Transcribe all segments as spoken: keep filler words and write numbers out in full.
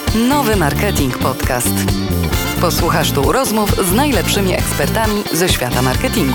Nowy Marketing Podcast. Posłuchasz tu rozmów z najlepszymi ekspertami ze świata marketingu.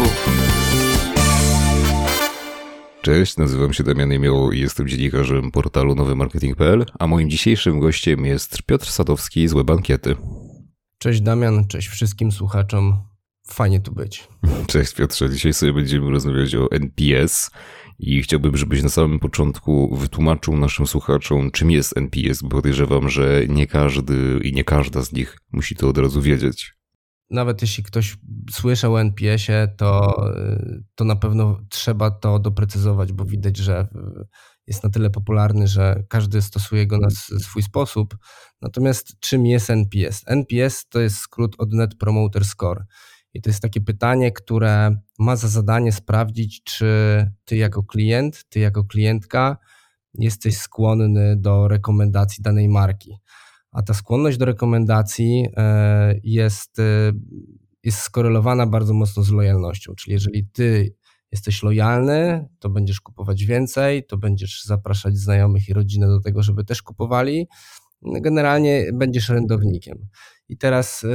Cześć, nazywam się Damian Jemioł i jestem dziennikarzem portalu nowy marketing kropka p l, a moim dzisiejszym gościem jest Piotr Sadowski z WebAnkiety. Cześć Damian, cześć wszystkim słuchaczom. Fajnie tu być. Cześć Piotrze, dzisiaj sobie będziemy rozmawiać o N P S i chciałbym, żebyś na samym początku wytłumaczył naszym słuchaczom, czym jest N P S, bo podejrzewam, że nie każdy i nie każda z nich musi to od razu wiedzieć. Nawet jeśli ktoś słyszał o N P S-ie, to, to na pewno trzeba to doprecyzować, bo widać, że jest na tyle popularny, że każdy stosuje go na swój sposób. Natomiast czym jest N P S? N P S to jest skrót od Net Promoter Score. I to jest takie pytanie, które ma za zadanie sprawdzić, czy ty jako klient, ty jako klientka jesteś skłonny do rekomendacji danej marki. A ta skłonność do rekomendacji jest, jest skorelowana bardzo mocno z lojalnością. Czyli jeżeli ty jesteś lojalny, to będziesz kupować więcej, to będziesz zapraszać znajomych i rodzinę do tego, żeby też kupowali. Generalnie będziesz orędownikiem. I teraz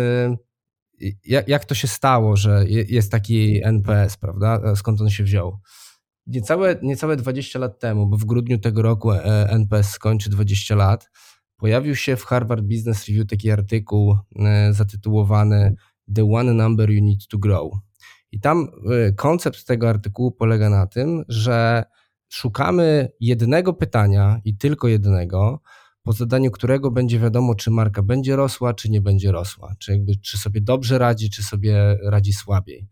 jak, jak to się stało, że jest taki N P S, prawda? Skąd on się wziął? Niecałe, niecałe dwadzieścia lat temu, bo w grudniu tego roku N P S skończy dwadzieścia lat, pojawił się w Harvard Business Review taki artykuł zatytułowany The One Number You Need to Grow. I tam koncept tego artykułu polega na tym, że szukamy jednego pytania i tylko jednego, po zadaniu którego będzie wiadomo, czy marka będzie rosła, czy nie będzie rosła, czy, jakby, czy sobie dobrze radzi, czy sobie radzi słabiej.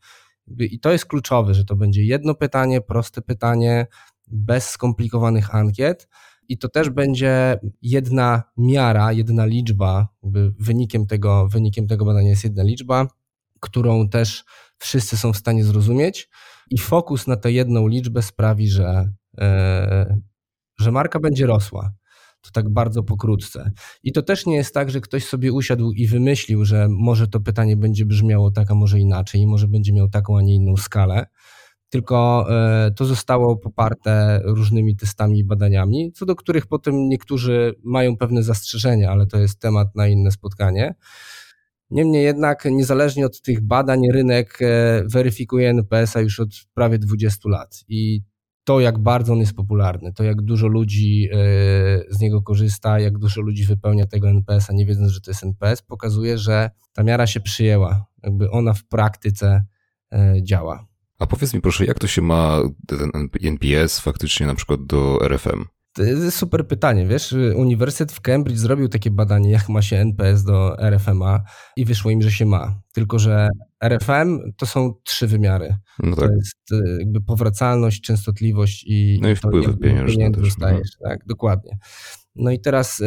I to jest kluczowe, że to będzie jedno pytanie, proste pytanie, bez skomplikowanych ankiet i to też będzie jedna miara, jedna liczba, jakby wynikiem tego, wynikiem tego badania jest jedna liczba, którą też wszyscy są w stanie zrozumieć i fokus na tę jedną liczbę sprawi, że, yy, że marka będzie rosła. To tak bardzo pokrótce. I to też nie jest tak, że ktoś sobie usiadł i wymyślił, że może to pytanie będzie brzmiało tak, a może inaczej, może będzie miał taką, a nie inną skalę, tylko to zostało poparte różnymi testami i badaniami, co do których potem niektórzy mają pewne zastrzeżenia, ale to jest temat na inne spotkanie. Niemniej jednak, niezależnie od tych badań, rynek weryfikuje N P S-a już od prawie dwudziestu lat i to, jak bardzo on jest popularny, to jak dużo ludzi z niego korzysta, jak dużo ludzi wypełnia tego N P S-a, nie wiedząc, że to jest N P S, pokazuje, że ta miara się przyjęła, jakby ona w praktyce działa. A powiedz mi proszę, jak to się ma ten N P S faktycznie na przykład do R F M? To jest super pytanie, wiesz, Uniwersytet w Cambridge zrobił takie badanie, jak ma się N P S do R F M-a i wyszło im, że się ma, tylko że R F M to są trzy wymiary. No tak. To jest jakby powracalność, częstotliwość i, no i wpływy pieniężne też. Dostajesz, tak, dokładnie. No i teraz,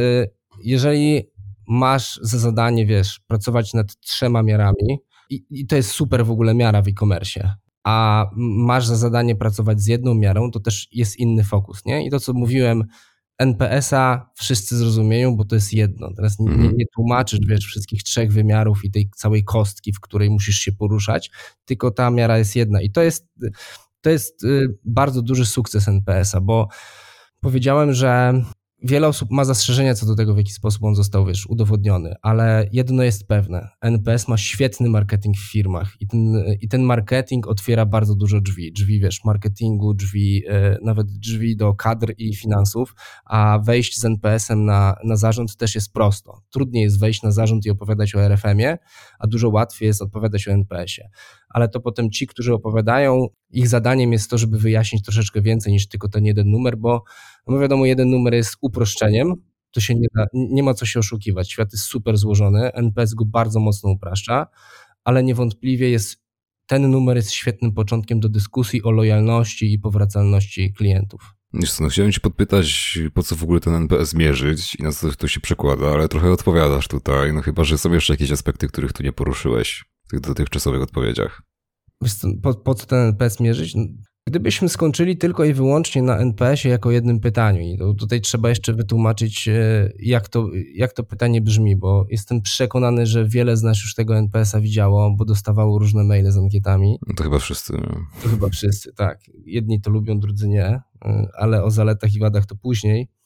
jeżeli masz za zadanie, wiesz, pracować nad trzema miarami i, i to jest super w ogóle miara w e-commerce, a masz za zadanie pracować z jedną miarą, to też jest inny fokus, nie? I to, co mówiłem, N P S-a wszyscy zrozumieją, bo to jest jedno. Teraz nie, nie tłumaczysz, wiesz, wszystkich trzech wymiarów i tej całej kostki, w której musisz się poruszać, tylko ta miara jest jedna. I to jest, to jest bardzo duży sukces N P S-a, bo powiedziałem, że wiele osób ma zastrzeżenia co do tego, w jaki sposób on został, wiesz, udowodniony, ale jedno jest pewne, N P S ma świetny marketing w firmach i ten, i ten marketing otwiera bardzo dużo drzwi, drzwi, wiesz, marketingu, drzwi, e, nawet drzwi do kadr i finansów, a wejść z N P S-em na, na zarząd też jest prosto. Trudniej jest wejść na zarząd i opowiadać o R F M-ie, a dużo łatwiej jest opowiadać o N P S-ie. Ale to potem ci, którzy opowiadają, ich zadaniem jest to, żeby wyjaśnić troszeczkę więcej niż tylko ten jeden numer, bo no wiadomo, jeden numer jest uproszczeniem, to się nie da, nie ma co się oszukiwać, świat jest super złożony, N P S go bardzo mocno upraszcza, ale niewątpliwie jest, ten numer jest świetnym początkiem do dyskusji o lojalności i powracalności klientów. Wiesz co, no chciałem cię podpytać, po co w ogóle ten N P S mierzyć i na co to się przekłada, ale trochę odpowiadasz tutaj, no chyba, że są jeszcze jakieś aspekty, których tu nie poruszyłeś w tych dotychczasowych odpowiedziach. Wiesz co, po, po co ten N P S mierzyć? Gdybyśmy skończyli tylko i wyłącznie na N P S-ie jako jednym pytaniu i to tutaj trzeba jeszcze wytłumaczyć, jak to, jak to pytanie brzmi, bo jestem przekonany, że wiele z nas już tego N P S-a widziało, bo dostawało różne maile z ankietami. No to chyba wszyscy. To chyba wszyscy, tak. Jedni to lubią, drudzy nie, ale o zaletach i wadach to później.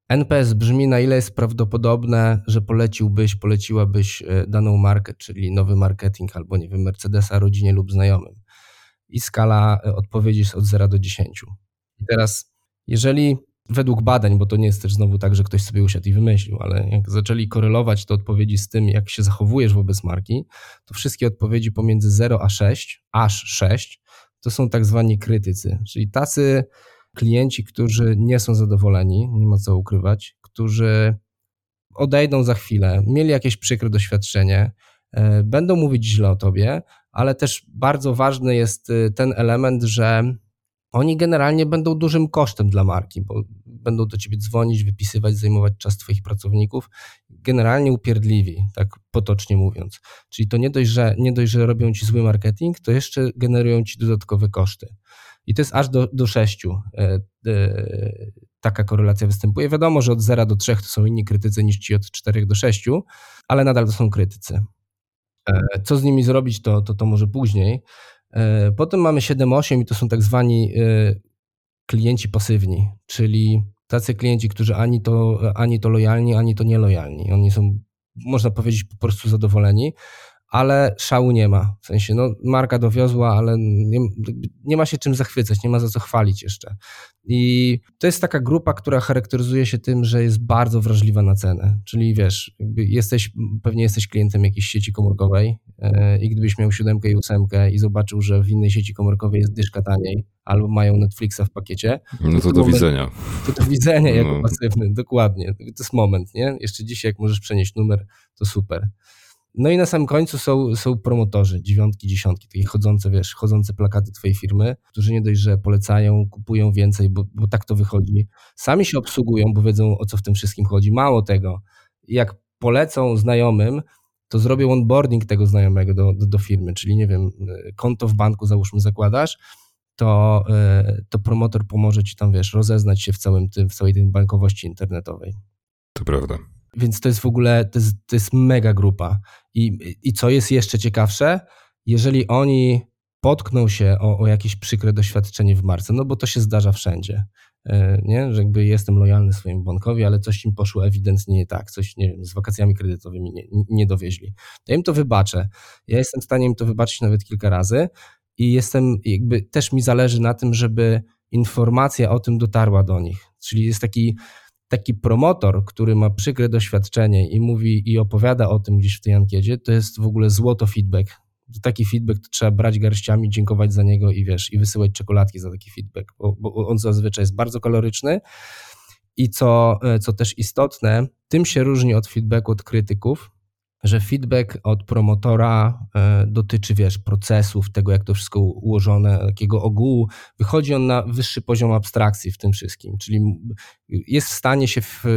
N P S brzmi, na ile jest prawdopodobne, że poleciłbyś, poleciłabyś daną markę, czyli nowy marketing albo, nie wiem, Mercedesa rodzinie lub znajomym. I skala odpowiedzi jest od zera do dziesięciu. I teraz, jeżeli według badań, bo to nie jest też znowu tak, że ktoś sobie usiadł i wymyślił, ale jak zaczęli korelować te odpowiedzi z tym, jak się zachowujesz wobec marki, to wszystkie odpowiedzi pomiędzy zero a sześć, aż sześć, to są tak zwani krytycy, czyli tacy klienci, którzy nie są zadowoleni, nie ma co ukrywać, którzy odejdą za chwilę, mieli jakieś przykre doświadczenie, będą mówić źle o tobie, ale też bardzo ważny jest ten element, że oni generalnie będą dużym kosztem dla marki, bo będą do ciebie dzwonić, wypisywać, zajmować czas twoich pracowników, generalnie upierdliwi, tak potocznie mówiąc. Czyli to nie dość, że, nie dość, że robią ci zły marketing, to jeszcze generują ci dodatkowe koszty. I to jest aż do, do sześciu e, e, taka korelacja występuje. Wiadomo, że od zera do trzech to są inni krytycy niż ci od czterech do sześciu, ale nadal to są krytycy. E, co z nimi zrobić, to, to, to może później. E, potem mamy siedem osiem i to są tak zwani e, klienci pasywni, czyli tacy klienci, którzy ani to, ani to lojalni, ani to nielojalni. Oni są, można powiedzieć, po prostu zadowoleni, ale szału nie ma. W sensie, no, marka dowiozła, ale nie, nie ma się czym zachwycać, nie ma za co chwalić jeszcze. I to jest taka grupa, która charakteryzuje się tym, że jest bardzo wrażliwa na cenę. Czyli wiesz, jesteś, pewnie jesteś klientem jakiejś sieci komórkowej yy, i gdybyś miał siódemkę i ósemkę i zobaczył, że w innej sieci komórkowej jest dyszka taniej, albo mają Netflixa w pakiecie. No to, to do moment, widzenia. To do widzenia jako no. pasywny, dokładnie. To jest moment, nie? Jeszcze dzisiaj jak możesz przenieść numer, to super. No i na samym końcu są, są promotorzy, dziewiątki, dziesiątki, takie chodzące, wiesz, chodzące plakaty twojej firmy, którzy nie dość, że polecają, kupują więcej, bo, bo tak to wychodzi. Sami się obsługują, bo wiedzą, o co w tym wszystkim chodzi. Mało tego, jak polecą znajomym, to zrobią onboarding tego znajomego do, do, do firmy, czyli nie wiem, konto w banku załóżmy zakładasz, to, to promotor pomoże ci tam, wiesz, rozeznać się w całym tym, w całej tej bankowości internetowej. To prawda. Więc to jest w ogóle, to jest, to jest mega grupa. I, I co jest jeszcze ciekawsze, jeżeli oni potkną się o, o jakieś przykre doświadczenie w marce, no bo to się zdarza wszędzie, nie? Że jakby jestem lojalny swojemu bankowi, ale coś im poszło ewidentnie nie tak, coś, nie wiem, z wakacjami kredytowymi nie, nie dowieźli. To ja im to wybaczę. Ja jestem w stanie im to wybaczyć nawet kilka razy i jestem, jakby też mi zależy na tym, żeby informacja o tym dotarła do nich. Czyli jest taki Taki promotor, który ma przykre doświadczenie i mówi i opowiada o tym gdzieś w tej ankiecie, to jest w ogóle złoto feedback. Taki feedback to trzeba brać garściami, dziękować za niego i wiesz, i wysyłać czekoladki za taki feedback, bo, bo on zazwyczaj jest bardzo kaloryczny i co, co też istotne, tym się różni od feedbacku od krytyków, że feedback od promotora e, dotyczy, wiesz, procesów, tego jak to wszystko ułożone, takiego ogółu. Wychodzi on na wyższy poziom abstrakcji w tym wszystkim, czyli jest w stanie się w,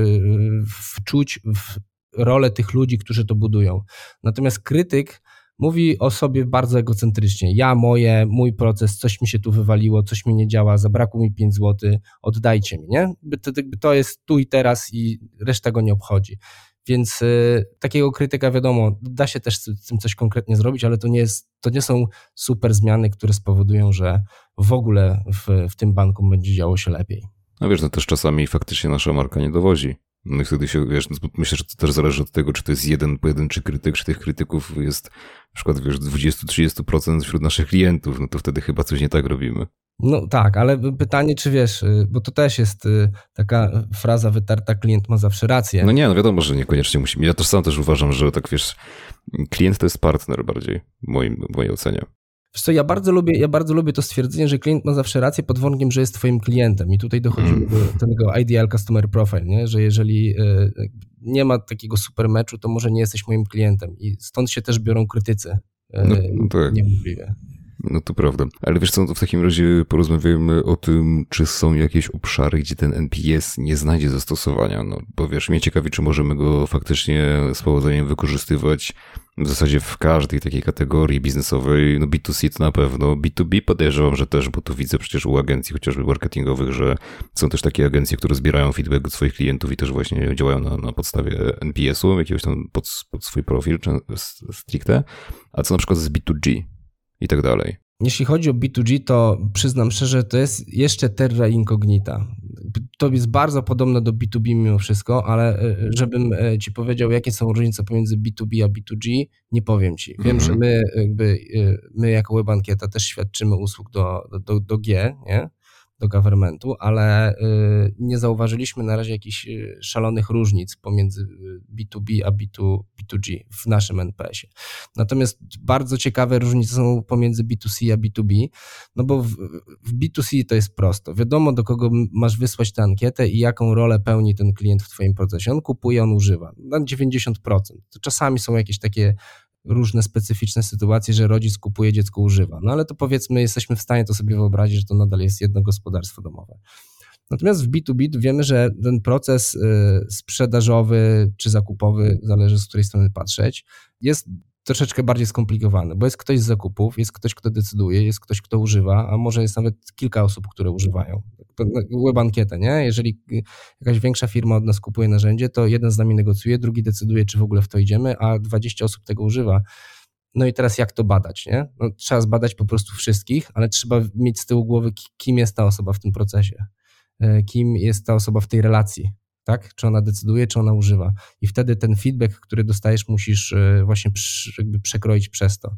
wczuć w rolę tych ludzi, którzy to budują. Natomiast krytyk mówi o sobie bardzo egocentrycznie. Ja, moje, mój proces, coś mi się tu wywaliło, coś mi nie działa, zabrakło mi pięć złotych, oddajcie mi, nie? To, to jest tu i teraz i reszta go nie obchodzi. Więc y, takiego krytyka wiadomo, da się też z tym coś konkretnie zrobić, ale to nie jest, to nie są super zmiany, które spowodują, że w ogóle w, w tym banku będzie działo się lepiej. No wiesz, no też czasami faktycznie nasza marka nie dowozi. No i wtedy się, wiesz, myślę, że to też zależy od tego, czy to jest jeden pojedynczy krytyk, czy tych krytyków jest na przykład, wiesz, dwadzieścia do trzydziestu procent wśród naszych klientów, no to wtedy chyba coś nie tak robimy. No tak, ale pytanie, czy wiesz, bo to też jest taka fraza wytarta, klient ma zawsze rację. No nie, no wiadomo, że niekoniecznie musimy. Ja też sam też uważam, że tak wiesz, klient to jest partner bardziej, w, moim, w mojej ocenie. Wiesz co, ja bardzo lubię, ja bardzo lubię to stwierdzenie, że klient ma zawsze rację pod warunkiem, że jest twoim klientem i tutaj dochodzi mm. do tego ideal customer profile, nie? Że jeżeli nie ma takiego super meczu, to może nie jesteś moim klientem i stąd się też biorą krytycy. No, no tak. Niewątpliwie. No to prawda. Ale wiesz co, to w takim razie porozmawiajmy o tym, czy są jakieś obszary, gdzie ten N P S nie znajdzie zastosowania. No bo wiesz, mnie ciekawi, czy możemy go faktycznie z powodzeniem wykorzystywać w zasadzie w każdej takiej kategorii biznesowej. No B dwa C to na pewno, B dwa B podejrzewam, że też, bo tu widzę przecież u agencji chociażby marketingowych, że są też takie agencje, które zbierają feedback od swoich klientów i też właśnie działają na, na podstawie N P S-u, jakiegoś tam pod, pod swój profil, czy stricte. A co na przykład z B dwa G? I tak dalej. Jeśli chodzi o B dwa G, to przyznam szczerze, to jest jeszcze terra incognita. to jest bardzo podobne do B dwa B mimo wszystko, ale żebym ci powiedział, jakie są różnice pomiędzy B dwa B a B dwa G, nie powiem ci. Wiem, mhm. że my jakby, my jako WebAnkieta też świadczymy usług do, do, do G, nie? do governmentu, ale nie zauważyliśmy na razie jakichś szalonych różnic pomiędzy B dwa B a B dwa G w naszym N P S-ie. Natomiast bardzo ciekawe różnice są pomiędzy B dwa C a B dwa B, no bo w, w B dwa C to jest prosto. Wiadomo, do kogo masz wysłać tę ankietę i jaką rolę pełni ten klient w twoim procesie. On kupuje, on używa. Na dziewięćdziesiąt procent. To czasami są jakieś takie różne specyficzne sytuacje, że rodzic kupuje, dziecko używa. No ale to powiedzmy, jesteśmy w stanie to sobie wyobrazić, że to nadal jest jedno gospodarstwo domowe. Natomiast w B dwa B wiemy, że ten proces sprzedażowy czy zakupowy, zależy z której strony patrzeć, jest troszeczkę bardziej skomplikowany, bo jest ktoś z zakupów, jest ktoś, kto decyduje, jest ktoś, kto używa, a może jest nawet kilka osób, które używają. WebAnkietę, nie? Jeżeli jakaś większa firma od nas kupuje narzędzie, to jeden z nami negocjuje, drugi decyduje, czy w ogóle w to idziemy, a dwadzieścia osób tego używa. No i teraz jak to badać, nie? No, trzeba zbadać po prostu wszystkich, ale trzeba mieć z tyłu głowy, kim jest ta osoba w tym procesie, kim jest ta osoba w tej relacji, tak? Czy ona decyduje, czy ona używa. I wtedy ten feedback, który dostajesz, musisz właśnie jakby przekroić przez to.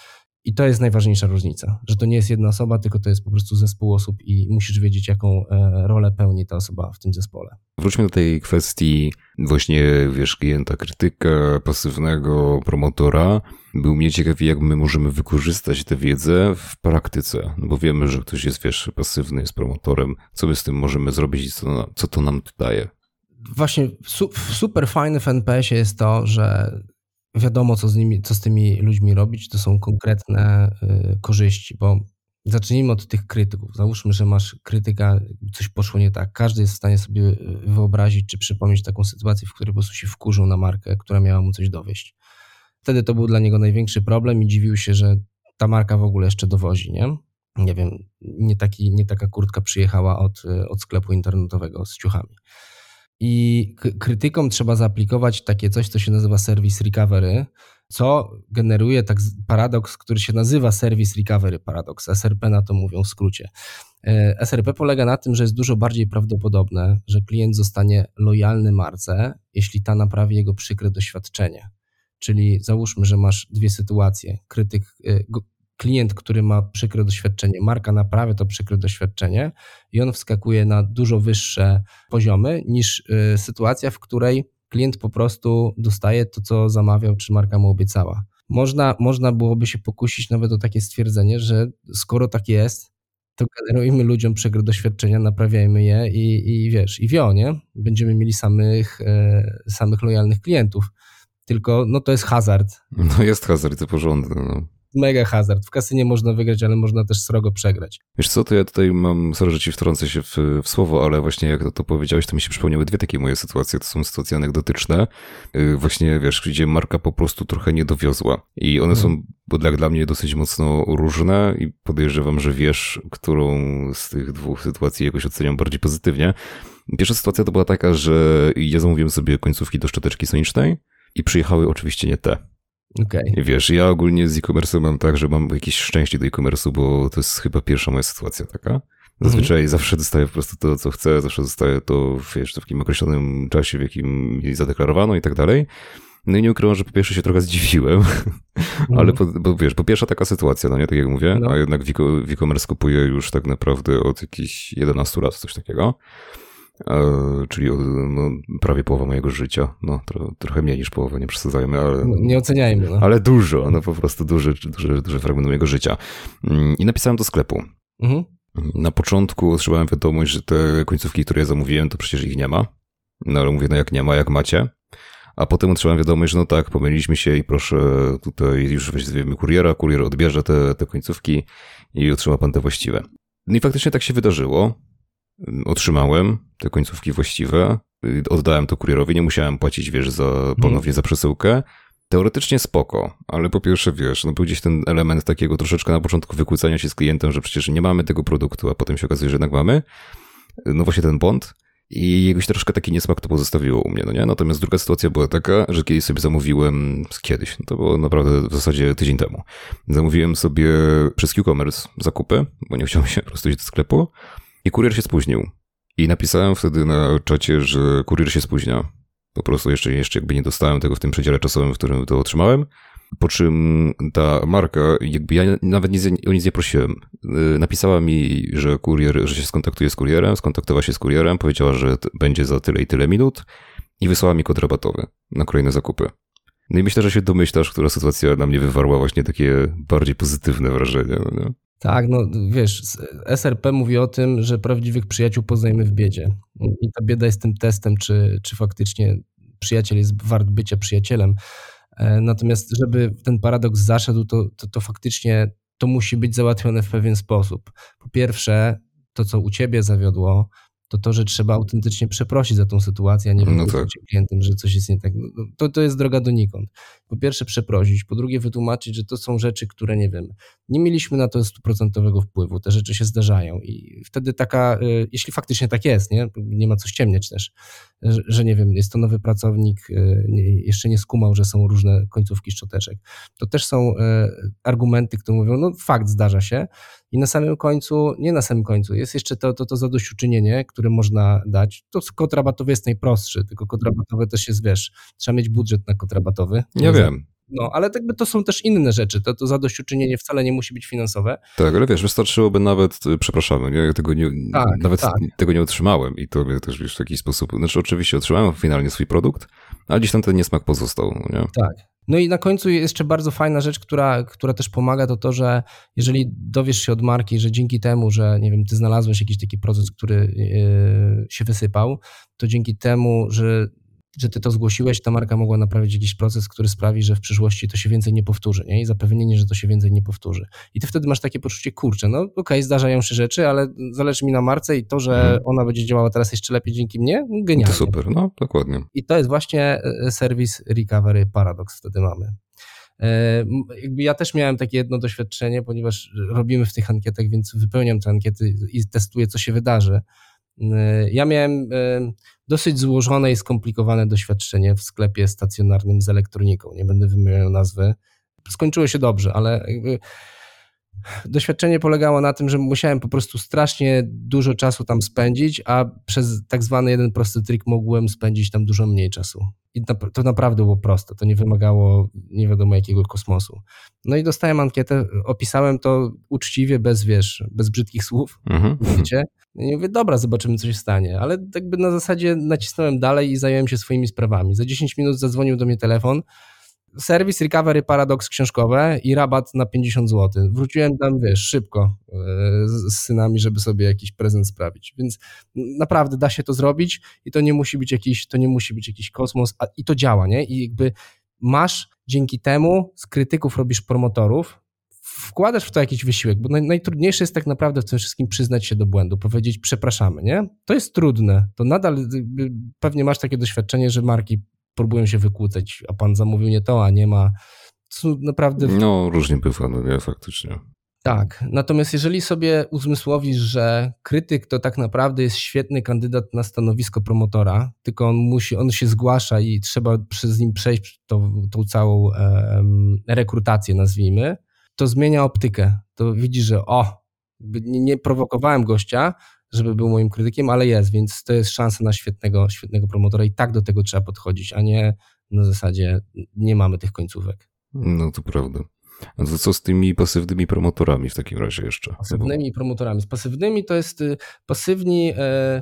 I to jest najważniejsza różnica, że to nie jest jedna osoba, tylko to jest po prostu zespół osób i musisz wiedzieć, jaką rolę pełni ta osoba w tym zespole. Wróćmy do tej kwestii właśnie, wiesz, klienta, krytyka, pasywnego promotora. Był mnie ciekawi, jak my możemy wykorzystać tę wiedzę w praktyce, no bo wiemy, że ktoś jest, wiesz, pasywny, jest promotorem. Co my z tym możemy zrobić i co, co to nam daje? Właśnie super fajne w N P S-ie jest to, że wiadomo, co z nimi, co z tymi ludźmi robić, to są konkretne y, korzyści, bo zacznijmy od tych krytyków. Załóżmy, że masz krytyka, coś poszło nie tak. Każdy jest w stanie sobie wyobrazić czy przypomnieć taką sytuację, w której po prostu się wkurzył na markę, która miała mu coś dowieść. Wtedy to był dla niego największy problem i dziwił się, że ta marka w ogóle jeszcze dowozi, nie? Nie wiem, nie, taki, nie taka kurtka przyjechała od, od sklepu internetowego z ciuchami. I krytykom trzeba zaaplikować takie coś, co się nazywa Service Recovery, co generuje tak paradoks, który się nazywa Service Recovery Paradox. S R P na to mówią w skrócie. S R P polega na tym, że jest dużo bardziej prawdopodobne, że klient zostanie lojalny marce, jeśli ta naprawi jego przykre doświadczenie. Czyli załóżmy, że masz dwie sytuacje. Krytyk, klient, który ma przykre doświadczenie, marka naprawia to przykre doświadczenie i on wskakuje na dużo wyższe poziomy niż sytuacja, w której klient po prostu dostaje to, co zamawiał, czy marka mu obiecała. Można, można byłoby się pokusić nawet o takie stwierdzenie, że skoro tak jest, to generujmy ludziom przykre doświadczenia, naprawiajmy je i, i wiesz, i wio, nie? Będziemy mieli samych, e, samych lojalnych klientów. Tylko no to jest hazard. No jest hazard, to porządny, no. Mega hazard. W kasynie można wygrać, ale można też srogo przegrać. Wiesz co, to ja tutaj mam, sorry, że ci wtrącę się w, w słowo, ale właśnie jak to, to powiedziałeś, to mi się przypomniały dwie takie moje sytuacje. To są sytuacje anegdotyczne. Yy, właśnie, wiesz, gdzie marka po prostu trochę nie dowiozła. I one hmm. są bo dla, dla mnie dosyć mocno różne i podejrzewam, że wiesz, którą z tych dwóch sytuacji jakoś oceniam bardziej pozytywnie. Pierwsza sytuacja to była taka, że ja zamówiłem sobie końcówki do szczoteczki sonicznej i przyjechały oczywiście nie te. Okay. I wiesz, ja ogólnie z e-commerce mam tak, że mam jakieś szczęście do e-commerce'u, bo to jest chyba pierwsza moja sytuacja taka. Zazwyczaj mm-hmm. zawsze dostaję po prostu to, co chcę, zawsze dostaję to, wiesz, w takim określonym czasie, w jakim mi zadeklarowano i tak dalej. No i nie ukrywam, że po pierwsze się trochę zdziwiłem, mm-hmm. ale po, bo wiesz, po pierwsza taka sytuacja, no nie, tak jak mówię, no. A jednak w e-commerce kupuję już tak naprawdę od jakichś jedenastu lat, coś takiego. Czyli no, prawie połowa mojego życia, no tro, trochę mniej niż połowa, nie przesadzajmy, ale... No, nie oceniajmy. No. Ale dużo, no po prostu duży, duży, duży fragment mojego życia. I napisałem do sklepu. Mhm. Na początku otrzymałem wiadomość, że te końcówki, które ja zamówiłem, to przecież ich nie ma. No ale mówię, no jak nie ma, jak macie. A potem otrzymałem wiadomość, że no tak, pomyliliśmy się i proszę tutaj już wezwiemy kuriera, kurier odbierze te, te końcówki i otrzyma pan te właściwe. No i faktycznie tak się wydarzyło. Otrzymałem te końcówki właściwe, oddałem to kurierowi, nie musiałem płacić, wiesz, za, ponownie za przesyłkę. Teoretycznie spoko, ale po pierwsze, wiesz, no był gdzieś ten element takiego troszeczkę na początku wykłócania się z klientem, że przecież nie mamy tego produktu, a potem się okazuje, że jednak mamy. No właśnie ten błąd i jakoś troszkę taki niesmak to pozostawiło u mnie, no nie? Natomiast druga sytuacja była taka, że kiedyś sobie zamówiłem, kiedyś, no to było naprawdę w zasadzie tydzień temu, zamówiłem sobie przez e-commerce zakupy, bo nie chciałem się po prostu iść do sklepu. I kurier się spóźnił. I napisałem wtedy na czacie, że kurier się spóźnia. Po prostu jeszcze, jeszcze jakby nie dostałem tego w tym przedziale czasowym, w którym to otrzymałem. Po czym ta marka, jakby ja nawet nic, o nic nie prosiłem. Napisała mi, że kurier, że się skontaktuje z kurierem, skontaktowała się z kurierem, powiedziała, że t- będzie za tyle i tyle minut i wysłała mi kod rabatowy na kolejne zakupy. No i myślę, że się domyślasz, która sytuacja na mnie wywarła właśnie takie bardziej pozytywne wrażenie. No nie? Tak, no wiesz, S R P mówi o tym, że prawdziwych przyjaciół poznajemy w biedzie. I ta bieda jest tym testem, czy, czy faktycznie przyjaciel jest wart bycia przyjacielem. Natomiast żeby ten paradoks zaszedł, to, to, to faktycznie to musi być załatwione w pewien sposób. Po pierwsze, to co u ciebie zawiodło, to to, że trzeba autentycznie przeprosić za tą sytuację, a nie No wytłumaczyć tak. klientem, że coś jest nie tak. No, to, to jest droga donikąd. Po pierwsze przeprosić, po drugie wytłumaczyć, że to są rzeczy, które nie wiem, nie mieliśmy na to stuprocentowego wpływu, te rzeczy się zdarzają i wtedy taka, y, jeśli faktycznie tak jest, nie, nie ma co ściemniać też, że, że nie wiem, jest to nowy pracownik, y, nie, jeszcze nie skumał, że są różne końcówki szczoteczek. To też są y, argumenty, które mówią, no fakt, zdarza się. I na samym końcu, nie na samym końcu, jest jeszcze to, to, to zadośćuczynienie, które można dać. To kod rabatowy jest najprostszy, tylko kod rabatowy też jest, wiesz, trzeba mieć budżet na kod rabatowy. Ja wiem. No, ale jakby to są też inne rzeczy. To, to zadośćuczynienie wcale nie musi być finansowe. Tak, ale wiesz, wystarczyłoby nawet, przepraszamy, nie? Ja tego nie, Tak, nawet tak. tego nie otrzymałem i to mnie też wiesz, w jakiś sposób, znaczy oczywiście otrzymałem finalnie swój produkt, ale gdzieś tam ten niesmak pozostał, nie? Tak. No i na końcu jeszcze bardzo fajna rzecz, która, która też pomaga, to to, że jeżeli dowiesz się od marki, że dzięki temu, że nie wiem, ty znalazłeś jakiś taki proces, który yy, się wysypał, to dzięki temu, że że ty to zgłosiłeś, ta marka mogła naprawić jakiś proces, który sprawi, że w przyszłości to się więcej nie powtórzy, nie? I zapewnienie, że to się więcej nie powtórzy. I ty wtedy masz takie poczucie, kurczę, no okej, okay, zdarzają się rzeczy, ale zależy mi na marce i to, że mhm. ona będzie działała teraz jeszcze lepiej dzięki mnie, genialnie. To super, no dokładnie. I to jest właśnie serwis Recovery Paradox wtedy mamy. Jakby ja też miałem takie jedno doświadczenie, ponieważ robimy w tych ankietach, więc wypełniam te ankiety i testuję, co się wydarzy. Ja miałem dosyć złożone i skomplikowane doświadczenie w sklepie stacjonarnym z elektroniką. Nie będę wymieniał nazwy. Skończyło się dobrze, ale jakby doświadczenie polegało na tym, że musiałem po prostu strasznie dużo czasu tam spędzić, a przez tak zwany jeden prosty trik mogłem spędzić tam dużo mniej czasu. I to naprawdę było proste, to nie wymagało nie wiadomo jakiego kosmosu. No i dostałem ankietę, opisałem to uczciwie, bez wiesz, bez brzydkich słów, mhm. wiecie. I mówię, dobra, zobaczymy, co się stanie, ale jakby na zasadzie nacisnąłem dalej i zająłem się swoimi sprawami. Za dziesięć minut zadzwonił do mnie telefon, serwis Recovery Paradox książkowe i rabat na pięćdziesiąt złotych. Wróciłem tam, wiesz, szybko z synami, żeby sobie jakiś prezent sprawić, więc naprawdę da się to zrobić i to nie musi być jakiś, to nie musi być jakiś kosmos, a i to działa, nie? I jakby masz dzięki temu, z krytyków robisz promotorów, wkładasz w to jakiś wysiłek, bo naj, najtrudniejsze jest tak naprawdę w tym wszystkim przyznać się do błędu, powiedzieć przepraszamy, nie? To jest trudne, to nadal pewnie masz takie doświadczenie, że marki próbują się wykłócać, a pan zamówił nie to, a nie ma. To naprawdę... No, różnie bywa, no nie, faktycznie. Tak, natomiast jeżeli sobie uzmysłowisz, że krytyk to tak naprawdę jest świetny kandydat na stanowisko promotora, tylko on musi, on się zgłasza i trzeba przez nim przejść tą, tą całą um, rekrutację, nazwijmy, to zmienia optykę. To widzi, że o, nie, nie prowokowałem gościa, żeby był moim krytykiem, ale jest, więc to jest szansa na świetnego, świetnego promotora i tak do tego trzeba podchodzić, a nie na zasadzie nie mamy tych końcówek. No to prawda. A to co z tymi pasywnymi promotorami w takim razie jeszcze? Pasywnymi promotorami. Z pasywnymi to jest pasywni.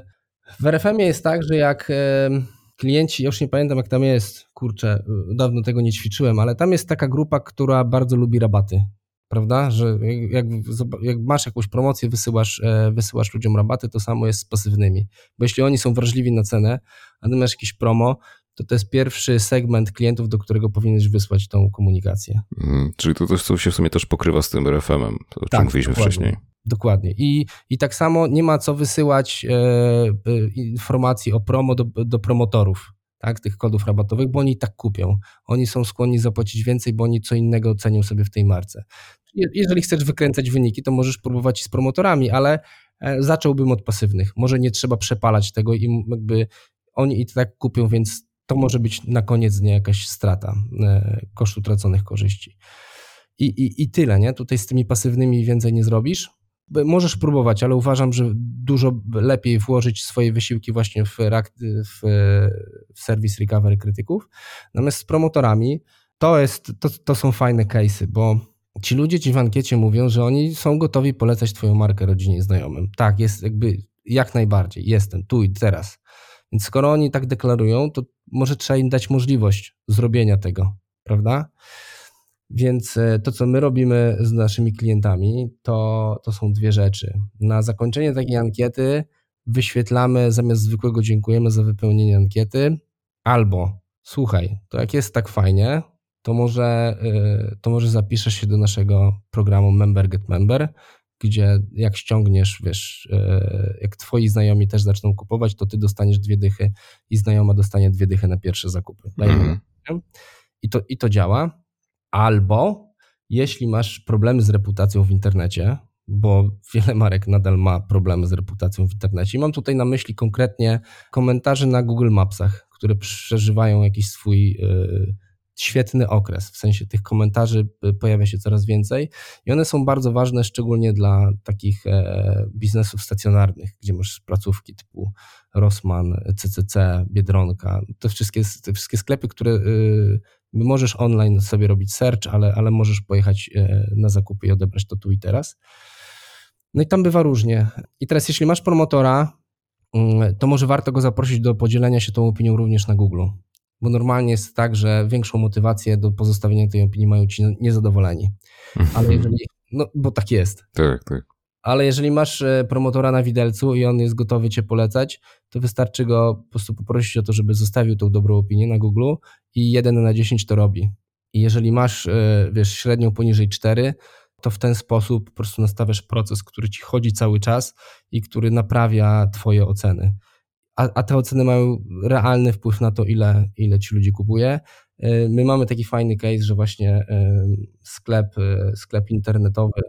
W R F M-ie jest tak, że jak klienci, ja już nie pamiętam jak tam jest, kurczę, dawno tego nie ćwiczyłem, ale tam jest taka grupa, która bardzo lubi rabaty. Prawda, że jak, jak masz jakąś promocję, wysyłasz, wysyłasz ludziom rabaty, to samo jest z pasywnymi. Bo jeśli oni są wrażliwi na cenę, a ty masz jakieś promo, to to jest pierwszy segment klientów, do którego powinieneś wysłać tą komunikację. Hmm, czyli to też, co się w sumie też pokrywa z tym R F M-em, o czym tak, mówiliśmy dokładnie, wcześniej. Dokładnie. I, I tak samo nie ma co wysyłać e, e, informacji o promo do, do promotorów. Tak, tych kodów rabatowych, bo oni tak kupią. Oni są skłonni zapłacić więcej, bo oni co innego cenią sobie w tej marce. Jeżeli chcesz wykręcać wyniki, to możesz próbować z promotorami, ale zacząłbym od pasywnych. Może nie trzeba przepalać tego i jakby oni i tak kupią, więc to może być na koniec dnia jakaś strata kosztu traconych korzyści. I, i, i tyle, nie? Tutaj z tymi pasywnymi więcej nie zrobisz. Możesz próbować, ale uważam, że dużo lepiej włożyć swoje wysiłki właśnie w, w, w serwis recovery krytyków. Natomiast z promotorami to, jest, to, to są fajne case'y, bo ci ludzie ci w ankiecie mówią, że oni są gotowi polecać twoją markę rodzinie i znajomym. Tak, jest jakby jak najbardziej, jestem tu i teraz. Więc skoro oni tak deklarują, to może trzeba im dać możliwość zrobienia tego, prawda? Więc to, co my robimy z naszymi klientami, to, to są dwie rzeczy. Na zakończenie takiej ankiety wyświetlamy zamiast zwykłego dziękujemy za wypełnienie ankiety, albo słuchaj, to jak jest tak fajnie, to może, to może zapiszesz się do naszego programu Member Get Member, gdzie jak ściągniesz, wiesz, jak twoi znajomi też zaczną kupować, to ty dostaniesz dwie dychy i znajoma dostanie dwie dychy na pierwsze zakupy. Mm. I to, I to działa. Albo jeśli masz problemy z reputacją w internecie, bo wiele marek nadal ma problemy z reputacją w internecie. I mam tutaj na myśli konkretnie komentarze na Google Mapsach, które przeżywają jakiś swój y, świetny okres. W sensie tych komentarzy pojawia się coraz więcej i one są bardzo ważne, szczególnie dla takich e, biznesów stacjonarnych, gdzie masz placówki typu Rossmann, C C C, Biedronka. Te wszystkie, te wszystkie sklepy, które y, możesz online sobie robić search, ale, ale możesz pojechać na zakupy i odebrać to tu i teraz. No i tam bywa różnie. I teraz jeśli masz promotora, to może warto go zaprosić do podzielenia się tą opinią również na Google. Bo normalnie jest tak, że większą motywację do pozostawienia tej opinii mają ci niezadowoleni. Ale jeżeli, no bo tak jest. Tak, tak. Ale jeżeli masz promotora na widelcu i on jest gotowy cię polecać, to wystarczy go po prostu poprosić o to, żeby zostawił tą dobrą opinię na Google i jeden na dziesięć to robi. I jeżeli masz, wiesz, średnią poniżej cztery, to w ten sposób po prostu nastawiasz proces, który ci chodzi cały czas i który naprawia twoje oceny. A, a te oceny mają realny wpływ na to, ile, ile ci ludzi kupuje. My mamy taki fajny case, że właśnie sklep, sklep internetowy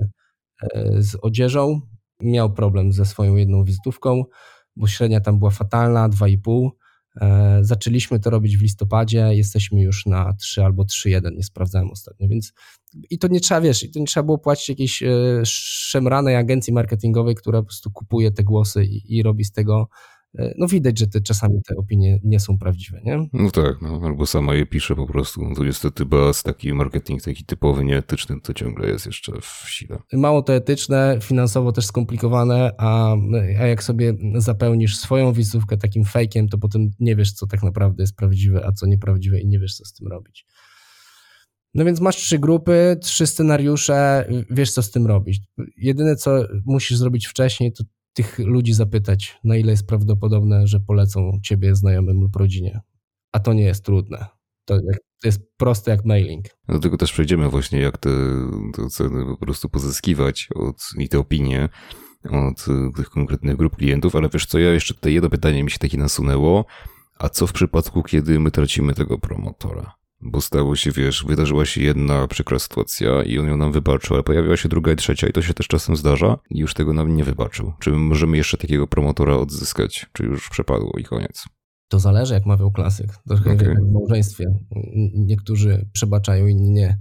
z odzieżą miał problem ze swoją jedną wizytówką, bo średnia tam była fatalna, dwa i pół. Zaczęliśmy to robić w listopadzie, jesteśmy już na trzy albo trzy jeden, nie sprawdzałem ostatnio, więc i to nie trzeba, wiesz, i to nie trzeba było płacić jakiejś szemranej agencji marketingowej, która po prostu kupuje te głosy i, i robi z tego, no widać, że te, czasami te opinie nie są prawdziwe, nie? No tak, no, albo sama je pisze po prostu, no to niestety baz, taki marketing taki typowy, nieetyczny, to ciągle jest jeszcze w sile. Mało to etyczne, finansowo też skomplikowane, a, a jak sobie zapełnisz swoją wizytówkę takim fejkiem, to potem nie wiesz, co tak naprawdę jest prawdziwe, a co nieprawdziwe i nie wiesz, co z tym robić. No więc masz trzy grupy, trzy scenariusze, wiesz, co z tym robić. Jedyne, co musisz zrobić wcześniej, to tych ludzi zapytać, na ile jest prawdopodobne, że polecą ciebie znajomym lub rodzinie. A to nie jest trudne. To, to jest proste jak mailing. Do tego też przejdziemy właśnie, jak te, te oceny po prostu pozyskiwać od, i te opinie od tych konkretnych grup klientów, ale wiesz co, ja jeszcze tutaj jedno pytanie mi się takie nasunęło, a co w przypadku, kiedy my tracimy tego promotora? Bo stało się, wiesz, wydarzyła się jedna przykra sytuacja i on ją nam wybaczył, ale pojawiła się druga i trzecia i to się też czasem zdarza i już tego nam nie wybaczył. Czy my możemy jeszcze takiego promotora odzyskać, czy już przepadło i koniec? To zależy, jak mawiał klasyk. Trochę okay. Jak w małżeństwie. Niektórzy przebaczają, inni nie.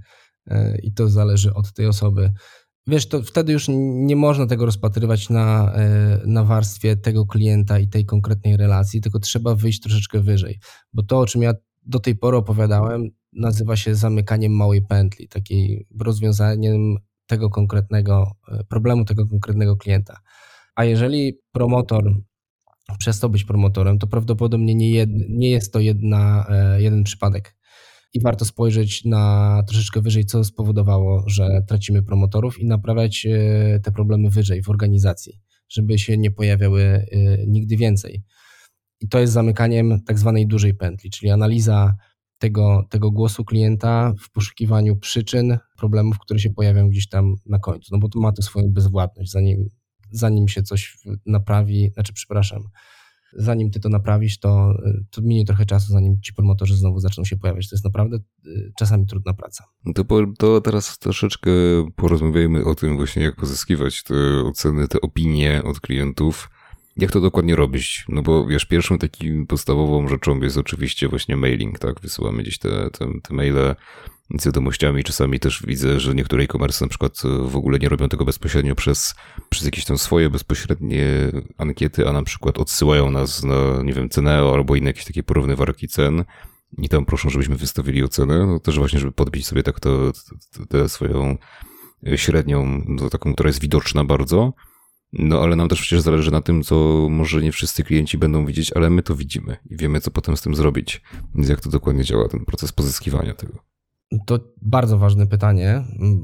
I to zależy od tej osoby. Wiesz, to wtedy już nie można tego rozpatrywać na, na warstwie tego klienta i tej konkretnej relacji, tylko trzeba wyjść troszeczkę wyżej. Bo to, o czym ja do tej pory opowiadałem, nazywa się zamykaniem małej pętli, takiej rozwiązaniem tego konkretnego problemu, tego konkretnego klienta. A jeżeli promotor przestał być promotorem, to prawdopodobnie nie, jed, nie jest to jedna, jeden przypadek. I warto spojrzeć na troszeczkę wyżej, co spowodowało, że tracimy promotorów i naprawiać te problemy wyżej w organizacji, żeby się nie pojawiały nigdy więcej. I to jest zamykaniem tak zwanej dużej pętli, czyli analiza tego, tego głosu klienta w poszukiwaniu przyczyn problemów, które się pojawiają gdzieś tam na końcu. No bo to ma to swoją bezwładność, zanim, zanim się coś naprawi, znaczy przepraszam, zanim ty to naprawisz, to, to minie trochę czasu, zanim ci promotorzy znowu zaczną się pojawiać. To jest naprawdę czasami trudna praca. To, to teraz troszeczkę porozmawiajmy o tym właśnie, jak pozyskiwać te oceny, te opinie od klientów. Jak to dokładnie robić? No bo wiesz, pierwszą takim podstawową rzeczą jest oczywiście właśnie mailing, tak? Wysyłamy gdzieś te, te, te maile z wiadomościami. Czasami też widzę, że niektóre e-commerce na przykład w ogóle nie robią tego bezpośrednio przez, przez jakieś tam swoje bezpośrednie ankiety, a na przykład odsyłają nas na, nie wiem, Ceneo albo inne jakieś takie porównywarki cen i tam proszą, żebyśmy wystawili ocenę, no też właśnie, żeby podbić sobie tak to, tę swoją średnią, no, taką, która jest widoczna bardzo. No ale nam też przecież zależy na tym, co może nie wszyscy klienci będą widzieć, ale my to widzimy i wiemy, co potem z tym zrobić. Więc jak to dokładnie działa, ten proces pozyskiwania tego? To bardzo ważne pytanie,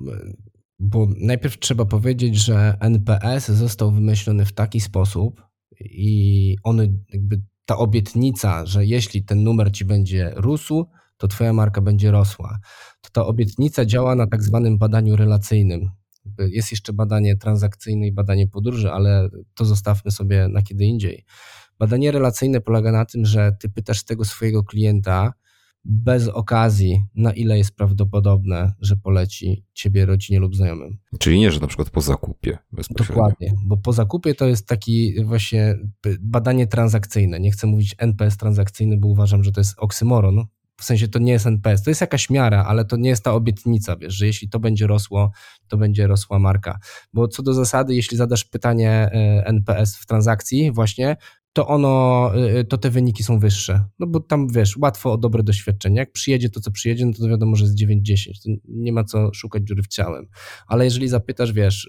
bo najpierw trzeba powiedzieć, że N P S został wymyślony w taki sposób i on jakby ta obietnica, że jeśli ten numer ci będzie rósł, to twoja marka będzie rosła. To ta obietnica działa na tak zwanym badaniu relacyjnym. Jest jeszcze badanie transakcyjne i badanie podróży, ale to zostawmy sobie na kiedy indziej. Badanie relacyjne polega na tym, że ty pytasz tego swojego klienta bez okazji, na ile jest prawdopodobne, że poleci ciebie rodzinie lub znajomym. Czyli nie, że na przykład po zakupie bezpośrednio. Dokładnie, bo po zakupie to jest taki właśnie badanie transakcyjne. Nie chcę mówić N P S transakcyjny, bo uważam, że to jest oksymoron. W sensie to nie jest N P S, to jest jakaś miara, ale to nie jest ta obietnica, wiesz, że jeśli to będzie rosło, to będzie rosła marka. Bo co do zasady, jeśli zadasz pytanie N P S w transakcji właśnie, to ono, to te wyniki są wyższe. No bo tam, wiesz, łatwo o dobre doświadczenie. Jak przyjedzie to, co przyjedzie, no to wiadomo, że jest dziewięć dziesięć. To nie ma co szukać dziury w ciałem. Ale jeżeli zapytasz, wiesz...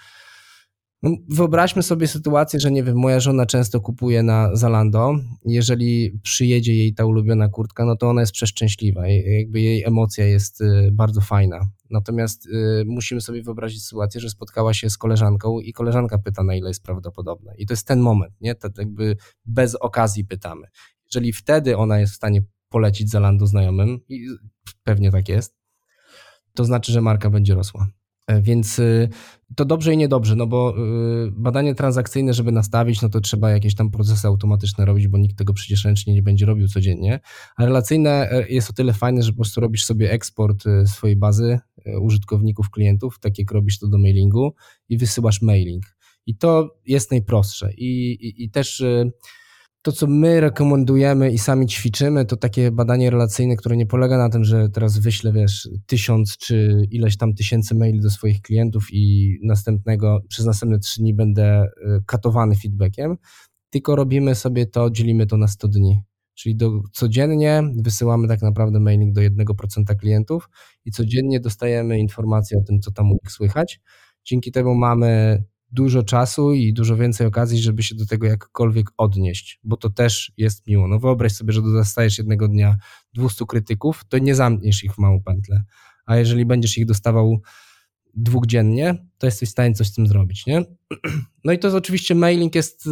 No wyobraźmy sobie sytuację, że nie wiem, moja żona często kupuje na Zalando. Jeżeli przyjedzie jej ta ulubiona kurtka, no to ona jest przeszczęśliwa. Jakby jej emocja jest bardzo fajna. Natomiast musimy sobie wyobrazić sytuację, że spotkała się z koleżanką i koleżanka pyta, na ile jest prawdopodobne. I to jest ten moment, nie? To jakby bez okazji pytamy. Jeżeli wtedy ona jest w stanie polecić Zalando znajomym, i pewnie tak jest, to znaczy, że marka będzie rosła. Więc to dobrze i niedobrze, no bo badanie transakcyjne, żeby nastawić, no to trzeba jakieś tam procesy automatyczne robić, bo nikt tego przecież ręcznie nie będzie robił codziennie. A relacyjne jest o tyle fajne, że po prostu robisz sobie eksport swojej bazy użytkowników, klientów, tak jak robisz to do mailingu i wysyłasz mailing. I to jest najprostsze. I, i, i też... To, co my rekomendujemy i sami ćwiczymy, to takie badanie relacyjne, które nie polega na tym, że teraz wyślę, wiesz, tysiąc czy ileś tam tysięcy maili do swoich klientów i następnego, przez następne trzy dni będę katowany feedbackiem, tylko robimy sobie to, dzielimy to na sto dni. Czyli do, codziennie wysyłamy tak naprawdę mailing do jednego procenta klientów i codziennie dostajemy informacje o tym, co tam u nich słychać. Dzięki temu mamy dużo czasu i dużo więcej okazji, żeby się do tego jakkolwiek odnieść, bo to też jest miło. No wyobraź sobie, że dostajesz jednego dnia dwieście krytyków, to nie zamkniesz ich w małą pętlę, a jeżeli będziesz ich dostawał dwóch dziennie, to jesteś w stanie coś z tym zrobić, nie? No i to jest oczywiście mailing jest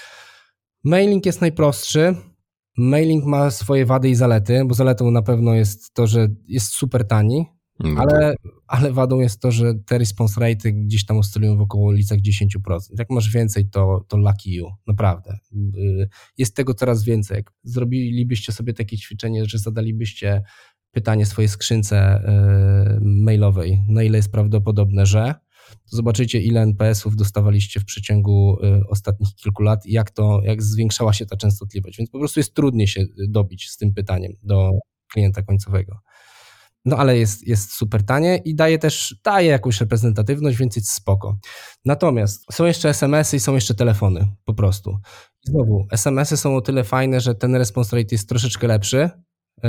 mailing jest najprostszy. Mailing ma swoje wady i zalety, bo zaletą na pewno jest to, że jest super tani, ale, ale wadą jest to, że te response rate gdzieś tam oscylują w okolicach dziesięć procent. Jak masz więcej, to, to lucky you, naprawdę. Jest tego coraz więcej. Jak zrobilibyście sobie takie ćwiczenie, że zadalibyście pytanie swojej skrzynce mailowej, na ile jest prawdopodobne, że, to zobaczycie, ile N P S-ów dostawaliście w przeciągu ostatnich kilku lat i jak to, jak zwiększała się ta częstotliwość. Więc po prostu jest trudniej się dobić z tym pytaniem do klienta końcowego. No ale jest, jest super tanie i daje też daje jakąś reprezentatywność, więc jest spoko. Natomiast są jeszcze es em esy i są jeszcze telefony po prostu. I znowu, es em esy są o tyle fajne, że ten response rate jest troszeczkę lepszy, yy,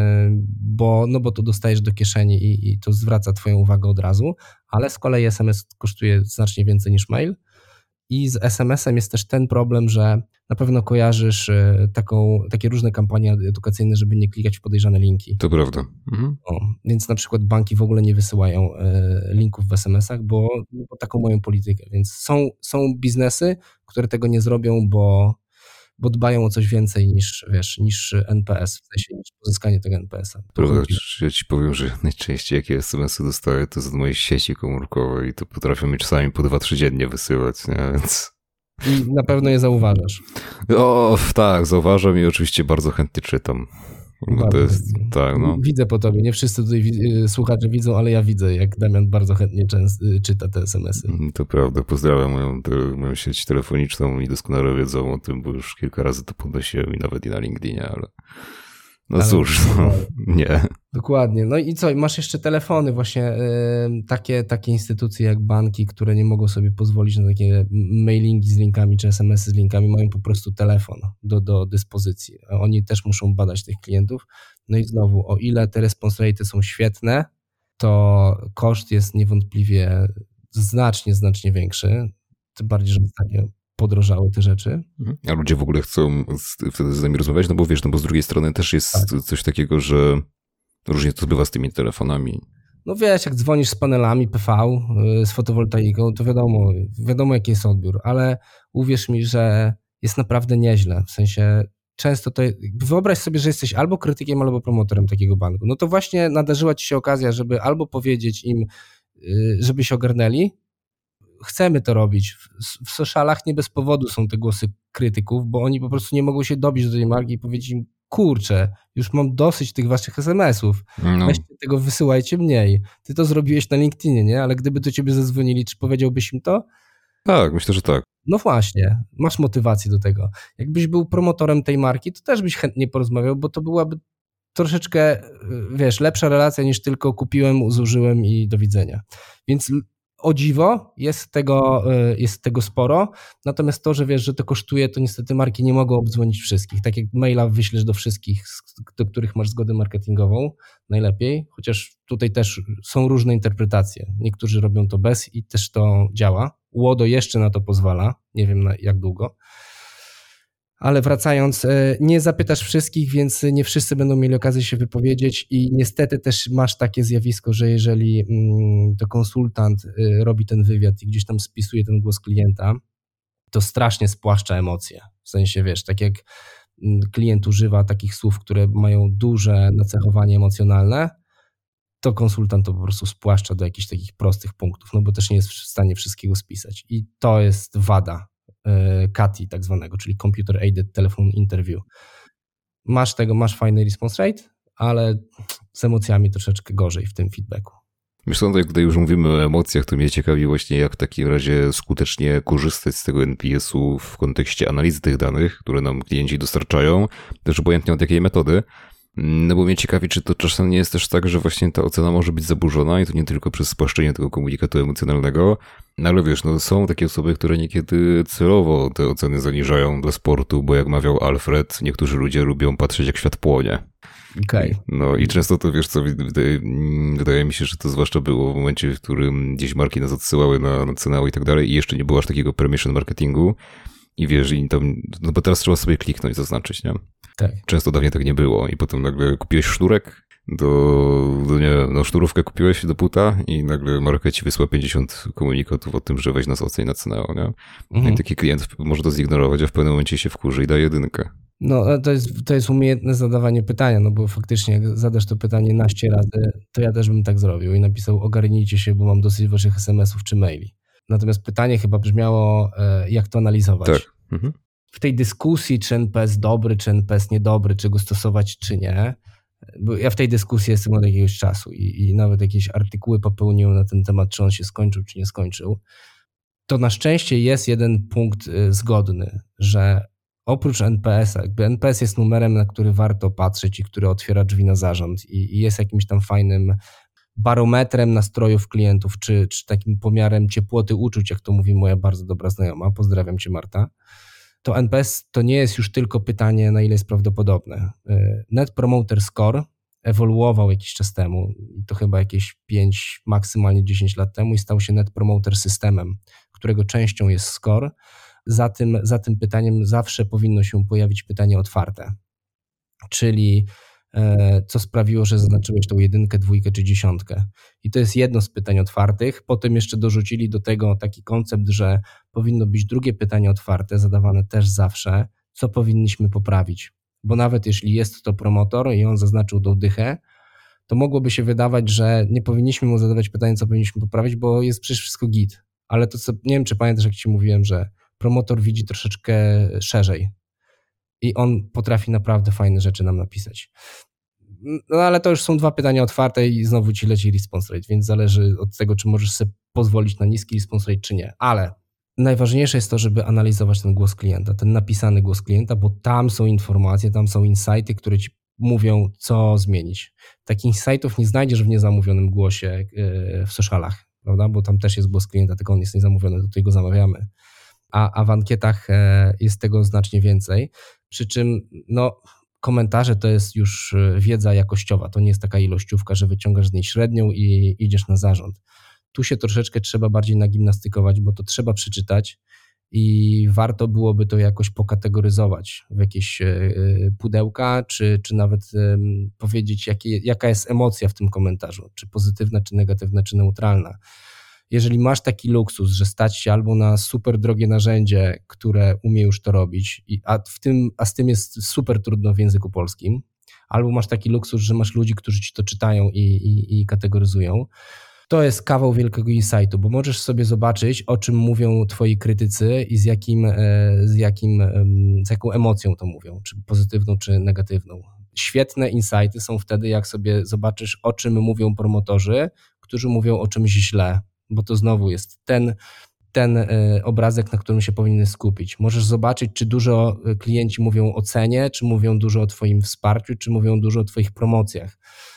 bo, no bo to dostajesz do kieszeni i, i to zwraca twoją uwagę od razu, ale z kolei es em es kosztuje znacznie więcej niż mail. I z es em esem jest też ten problem, że na pewno kojarzysz taką, takie różne kampanie edukacyjne, żeby nie klikać w podejrzane linki. To prawda. Mhm. O, więc na przykład banki w ogóle nie wysyłają linków w es em esach, bo, bo taką mają politykę. Więc są, są biznesy, które tego nie zrobią, bo, bo dbają o coś więcej niż, wiesz, niż N P S, w sensie niż pozyskanie tego N P S-a. Prawda, ja ci powiem, że najczęściej jakie es em esy dostaję, to z mojej sieci komórkowej i to potrafią mi czasami po dwa, trzy dziennie wysyłać, nie? Więc... I na pewno je zauważasz. O, tak, zauważam i oczywiście bardzo chętnie czytam. To jest, tak, no. Widzę po tobie, nie wszyscy tutaj słuchacze widzą, ale ja widzę, jak Damian bardzo chętnie często czyta te es em esy. To prawda, pozdrawiam moją, te, moją sieć telefoniczną i doskonale wiedzą o tym, bo już kilka razy to podnosiłem i nawet i na LinkedInie, ale no ale cóż, no, Nie. Dokładnie. No i co, masz jeszcze telefony właśnie, yy, takie, takie instytucje jak banki, które nie mogą sobie pozwolić na takie mailingi z linkami czy es em esy z linkami, mają po prostu telefon do, do dyspozycji. Oni też muszą badać tych klientów. No i znowu, o ile te response rate są świetne, to koszt jest niewątpliwie znacznie, znacznie większy. Tym bardziej, że ostatnio podrożały te rzeczy. A ludzie w ogóle chcą z, wtedy z nami rozmawiać, no bo wiesz, no bo z drugiej strony też jest tak. coś takiego, że różnie to bywa z tymi telefonami. No wiesz, jak dzwonisz z panelami P V, z fotowoltaiką, to wiadomo, wiadomo jaki jest odbiór, ale uwierz mi, że jest naprawdę nieźle, w sensie często to, wyobraź sobie, że jesteś albo krytykiem, albo promotorem takiego banku, no to właśnie nadarzyła ci się okazja, żeby albo powiedzieć im, żeby się ogarnęli, chcemy to robić. W, w socialach nie bez powodu są te głosy krytyków, bo oni po prostu nie mogą się dobić do tej marki i powiedzieć im, kurczę, już mam dosyć tych waszych es em esów, no. Weźcie tego, wysyłajcie mniej. Ty to zrobiłeś na LinkedInie, nie? Ale gdyby do ciebie zadzwonili, czy powiedziałbyś im to? Tak, myślę, że tak. No właśnie, masz motywację do tego. Jakbyś był promotorem tej marki, to też byś chętnie porozmawiał, bo to byłaby troszeczkę, wiesz, lepsza relacja niż tylko kupiłem, zużyłem i do widzenia. Więc o dziwo, jest tego, jest tego sporo, natomiast to, że wiesz, że to kosztuje, to niestety marki nie mogą obdzwonić wszystkich. Tak jak maila wyślesz do wszystkich, do których masz zgodę marketingową, najlepiej, chociaż tutaj też są różne interpretacje. Niektórzy robią to bez i też to działa. Łodo jeszcze na to pozwala, nie wiem na jak długo. Ale wracając, nie zapytasz wszystkich, więc nie wszyscy będą mieli okazję się wypowiedzieć i niestety też masz takie zjawisko, że jeżeli to konsultant robi ten wywiad i gdzieś tam spisuje ten głos klienta, to strasznie spłaszcza emocje. W sensie, wiesz, tak jak klient używa takich słów, które mają duże nacechowanie emocjonalne, to konsultant to po prostu spłaszcza do jakichś takich prostych punktów, no bo też nie jest w stanie wszystkiego spisać i to jest wada C A T I tak zwanego, czyli Computer Aided Telephone Interview. Masz tego, masz fajny response rate, ale z emocjami troszeczkę gorzej w tym feedbacku. Wiesz co, jak tutaj już mówimy o emocjach, to mnie ciekawi właśnie, jak w takim razie skutecznie korzystać z tego N P S-u w kontekście analizy tych danych, które nam klienci dostarczają, też obojętnie od jakiej metody. No bo mnie ciekawi, czy to czasem nie jest też tak, że właśnie ta ocena może być zaburzona i to nie tylko przez spłaszczenie tego komunikatu emocjonalnego, no ale wiesz, no są takie osoby, które niekiedy celowo te oceny zaniżają dla sportu, bo jak mawiał Alfred, niektórzy ludzie lubią patrzeć jak świat płonie. Okay. No i często to wiesz co, wydaje, wydaje mi się, że to zwłaszcza było w momencie, w którym gdzieś marki nas odsyłały na, na cenę i tak dalej i jeszcze nie było aż takiego permission marketingu. I wiesz, i tam, no bo teraz trzeba sobie kliknąć, zaznaczyć, nie? Tak. Często dawniej tak nie było i potem nagle kupiłeś sznurek, do, do nie wiem, no sznurówkę kupiłeś do buta i nagle marka ci wysła pięćdziesiąt komunikatów o tym, że weź nas oceń na cenę, nie? Mhm. I taki klient może to zignorować, a w pewnym momencie się wkurzy i da jedynkę. No to jest, to jest umiejętne zadawanie pytania, no bo faktycznie jak zadasz to pytanie naście razy, to ja też bym tak zrobił i napisał ogarnijcie się, bo mam dosyć waszych es em esów czy maili. Natomiast pytanie chyba brzmiało, jak to analizować. Tak. Mhm. W tej dyskusji, czy N P S dobry, czy N P S niedobry, czy go stosować, czy nie, bo ja w tej dyskusji jestem od jakiegoś czasu i, i nawet jakieś artykuły popełniłem na ten temat, czy on się skończył, czy nie skończył, to na szczęście jest jeden punkt zgodny, że oprócz N P S-a, jakby N P S jest numerem, na który warto patrzeć i który otwiera drzwi na zarząd i, i jest jakimś tam fajnym barometrem nastrojów klientów, czy, czy takim pomiarem ciepłoty uczuć, jak to mówi moja bardzo dobra znajoma, pozdrawiam cię Marta, to N P S to nie jest już tylko pytanie, na ile jest prawdopodobne. Net Promoter Score ewoluował jakiś czas temu, i to chyba jakieś pięć, maksymalnie dziesięć lat temu i stał się Net Promoter Systemem, którego częścią jest score. Za tym, za tym pytaniem zawsze powinno się pojawić pytanie otwarte, czyli co sprawiło, że zaznaczyłeś tą jedynkę, dwójkę czy dziesiątkę. I to jest jedno z pytań otwartych. Potem jeszcze dorzucili do tego taki koncept, że powinno być drugie pytanie otwarte, zadawane też zawsze, co powinniśmy poprawić. Bo nawet jeśli jest to promotor i on zaznaczył tą dychę, to mogłoby się wydawać, że nie powinniśmy mu zadawać pytania, co powinniśmy poprawić, bo jest przecież wszystko git. Ale to co, nie wiem, czy pamiętasz, jak ci mówiłem, że promotor widzi troszeczkę szerzej. I on potrafi naprawdę fajne rzeczy nam napisać. No ale to już są dwa pytania otwarte i znowu ci leci response rate, więc zależy od tego, czy możesz sobie pozwolić na niski response rate, czy nie. Ale najważniejsze jest to, żeby analizować ten głos klienta, ten napisany głos klienta, bo tam są informacje, tam są insighty, które ci mówią, co zmienić. Takich insightów nie znajdziesz w niezamówionym głosie w socialach, prawda? Bo tam też jest głos klienta, tylko on jest niezamówiony, do tego zamawiamy. A, a w ankietach jest tego znacznie więcej. Przy czym no, komentarze to jest już wiedza jakościowa, to nie jest taka ilościówka, że wyciągasz z niej średnią i idziesz na zarząd. Tu się troszeczkę trzeba bardziej nagimnastykować, bo to trzeba przeczytać i warto byłoby to jakoś pokategoryzować w jakieś pudełka, czy, czy nawet powiedzieć, jakie, jaka jest emocja w tym komentarzu, czy pozytywna, czy negatywna, czy neutralna. Jeżeli masz taki luksus, że stać się albo na super drogie narzędzie, które umie już to robić, a, w tym, a z tym jest super trudno w języku polskim, albo masz taki luksus, że masz ludzi, którzy ci to czytają i, i, i kategoryzują, to jest kawał wielkiego insightu, bo możesz sobie zobaczyć, o czym mówią twoi krytycy i z, jakim, z, jakim, z jaką emocją to mówią, czy pozytywną, czy negatywną. Świetne insighty są wtedy, jak sobie zobaczysz, o czym mówią promotorzy, którzy mówią o czymś źle, bo to znowu jest ten, ten obrazek, na którym się powinny skupić. Możesz zobaczyć, czy dużo klienci mówią o cenie, czy mówią dużo o twoim wsparciu, czy mówią dużo o twoich promocjach.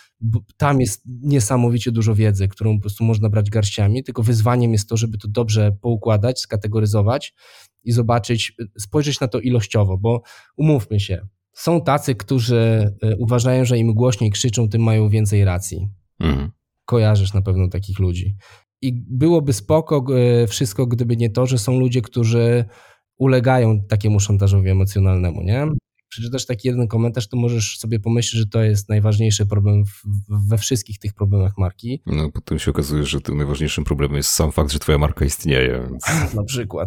Tam jest niesamowicie dużo wiedzy, którą po prostu można brać garściami, tylko wyzwaniem jest to, żeby to dobrze poukładać, skategoryzować i zobaczyć, spojrzeć na to ilościowo, bo umówmy się, są tacy, którzy uważają, że im głośniej krzyczą, tym mają więcej racji. Mhm. Kojarzysz na pewno takich ludzi. I byłoby spoko wszystko, gdyby nie to, że są ludzie, którzy ulegają takiemu szantażowi emocjonalnemu, nie? Przeczytasz taki jeden komentarz, to możesz sobie pomyśleć, że to jest najważniejszy problem w, we wszystkich tych problemach marki. No potem się okazuje, że tym najważniejszym problemem jest sam fakt, że twoja marka istnieje. Więc... Na przykład.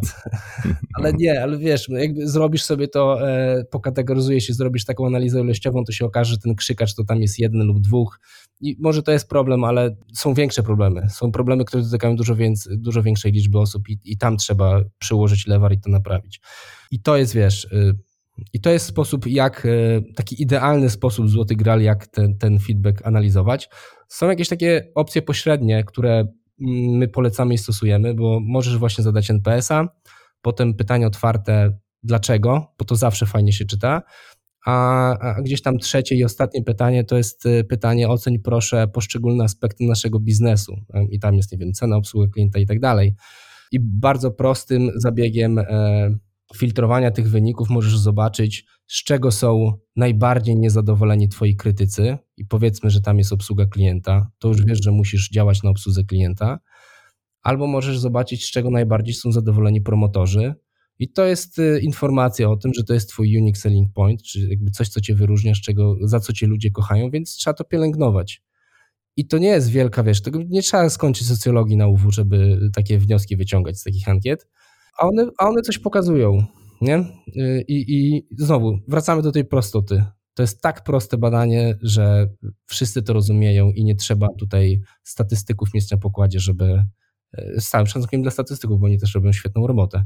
Ale nie, ale wiesz, jakby zrobisz sobie to, e, pokategoryzujesz się, zrobisz taką analizę ilościową, to się okaże, że ten krzykacz to tam jest jeden lub dwóch i może to jest problem, ale są większe problemy. Są problemy, które dotykają dużo, więcej, dużo większej liczby osób i, i tam trzeba przyłożyć lewar i to naprawić. I to jest, wiesz... Y, I to jest sposób, jak taki idealny sposób, złoty gral, jak ten, ten feedback analizować. Są jakieś takie opcje pośrednie, które my polecamy i stosujemy, bo możesz właśnie zadać N P S a, potem pytanie otwarte dlaczego, bo to zawsze fajnie się czyta, a, a gdzieś tam trzecie i ostatnie pytanie to jest pytanie oceń proszę poszczególne aspekty naszego biznesu i tam jest, nie wiem, cena, obsługa klienta i tak dalej. I bardzo prostym zabiegiem filtrowania tych wyników możesz zobaczyć, z czego są najbardziej niezadowoleni twoi krytycy i powiedzmy, że tam jest obsługa klienta, to już wiesz, że musisz działać na obsłudze klienta, albo możesz zobaczyć, z czego najbardziej są zadowoleni promotorzy i to jest informacja o tym, że to jest twój unique selling point, czyli jakby coś, co cię wyróżnia, z czego, za co cię ludzie kochają, więc trzeba to pielęgnować. I to nie jest wielka, wiesz, tego nie trzeba skończyć socjologii na U W, żeby takie wnioski wyciągać z takich ankiet, A one, a one coś pokazują, nie? I, I znowu wracamy do tej prostoty. To jest tak proste badanie, że wszyscy to rozumieją i nie trzeba tutaj statystyków mieć na pokładzie, żeby... Z całym szacunkiem dla statystyków, bo oni też robią świetną robotę.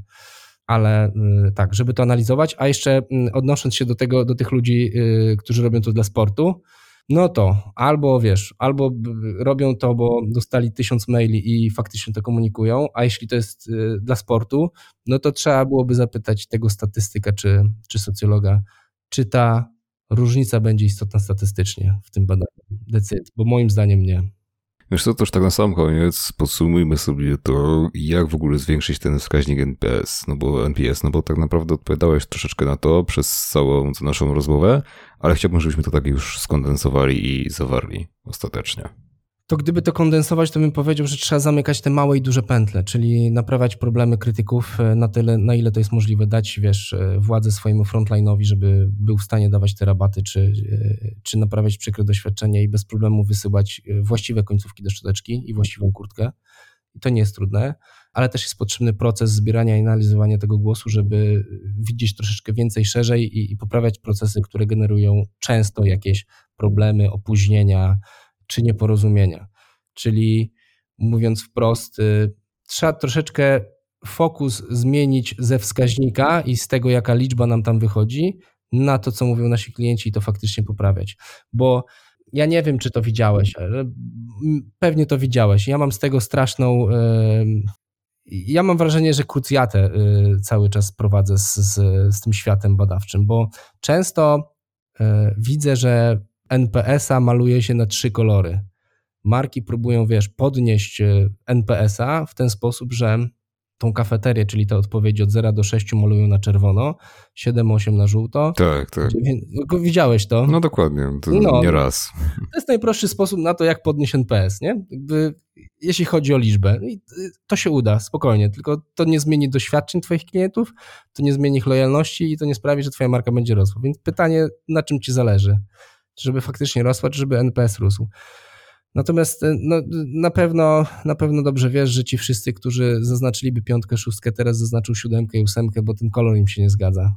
Ale tak, żeby to analizować, a jeszcze odnosząc się do tego, do tych ludzi, którzy robią to dla sportu, no to albo wiesz, albo robią to, bo dostali tysiąc maili i faktycznie to komunikują, a jeśli to jest dla sportu, no to trzeba byłoby zapytać tego statystyka czy, czy socjologa, czy ta różnica będzie istotna statystycznie w tym badaniu. Decyd, bo moim zdaniem nie. Wiesz co, to już tak na sam koniec podsumujmy sobie to, jak w ogóle zwiększyć ten wskaźnik N P S, no bo N P S, no bo tak naprawdę odpowiadałeś troszeczkę na to przez całą naszą rozmowę, ale chciałbym, żebyśmy to tak już skondensowali i zawarli ostatecznie. To gdyby to kondensować, to bym powiedział, że trzeba zamykać te małe i duże pętle, czyli naprawiać problemy krytyków na tyle, na ile to jest możliwe, dać, wiesz, władzę swojemu frontline'owi, żeby był w stanie dawać te rabaty, czy, czy naprawiać przykre doświadczenie i bez problemu wysyłać właściwe końcówki do szczoteczki i właściwą kurtkę. I to nie jest trudne, ale też jest potrzebny proces zbierania i analizowania tego głosu, żeby widzieć troszeczkę więcej, szerzej i, i poprawiać procesy, które generują często jakieś problemy, opóźnienia, czy nieporozumienia. Czyli mówiąc wprost, y, trzeba troszeczkę fokus zmienić ze wskaźnika i z tego, jaka liczba nam tam wychodzi, na to, co mówią nasi klienci i to faktycznie poprawiać. Bo ja nie wiem, czy to widziałeś, ale pewnie to widziałeś. Ja mam z tego straszną... Y, ja mam wrażenie, że krucjatę y, cały czas prowadzę z, z, z tym światem badawczym, bo często widzę, że N P S a maluje się na trzy kolory. Marki próbują, wiesz, podnieść N P S a w ten sposób, że tą kafeterię, czyli te odpowiedzi od zera do sześciu malują na czerwono, siedem osiem na żółto. Tak, tak. Widziałeś to? No dokładnie, to no, nie raz. To jest najprostszy sposób na to, jak podnieść N P S, nie? Jakby, jeśli chodzi o liczbę. To się uda, spokojnie, tylko to nie zmieni doświadczeń twoich klientów, to nie zmieni ich lojalności i to nie sprawi, że twoja marka będzie rosła. Więc pytanie, na czym ci zależy? Żeby faktycznie rosła, czy żeby N P S rósł? Natomiast no, na pewno na pewno dobrze wiesz, że ci wszyscy, którzy zaznaczyliby piątkę, szóstkę, teraz zaznaczył siódemkę i ósemkę, bo ten kolor im się nie zgadza.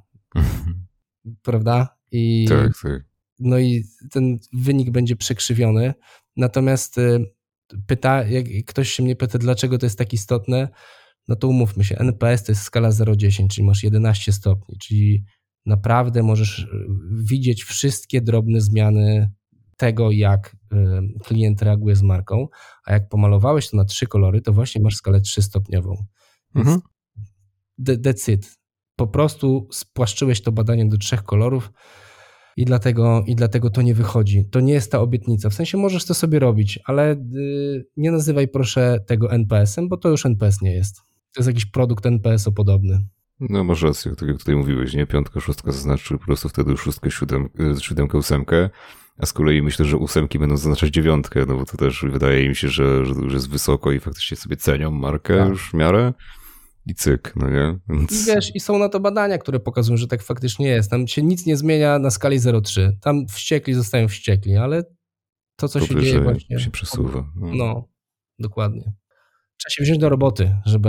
Prawda? I, tak, tak. No i ten wynik będzie przekrzywiony. Natomiast pyta, jak ktoś się mnie pyta, dlaczego to jest tak istotne, no to umówmy się, N P S to jest skala zero do dziesięciu, czyli masz jedenaście stopni, czyli naprawdę możesz widzieć wszystkie drobne zmiany tego, jak klient reaguje z marką, a jak pomalowałeś to na trzy kolory, to właśnie masz skalę trzystopniową. Mhm. That's it. Po prostu spłaszczyłeś to badanie do trzech kolorów i dlatego, i dlatego to nie wychodzi. To nie jest ta obietnica. W sensie możesz to sobie robić, ale nie nazywaj proszę tego N P S em, bo to już N P S nie jest. To jest jakiś produkt N P S o podobny. No masz rację, tak jak tutaj mówiłeś, nie? Piątka, szóstka zaznaczy po prostu wtedy szóstkę, siódemkę, siódemkę, ósemkę. A z kolei myślę, że ósemki będą zaznaczać dziewiątkę, no bo to też wydaje mi się, że, że już jest wysoko i faktycznie sobie cenią markę tak. już w miarę i cyk, no nie? Więc... I wiesz, i są na to badania, które pokazują, że tak faktycznie jest. Tam się nic nie zmienia na skali zero przecinek trzy. Tam wściekli zostają wściekli, ale to, co to się dzieje właśnie... się przesuwa. No. no, dokładnie. Trzeba się wziąć do roboty, żeby,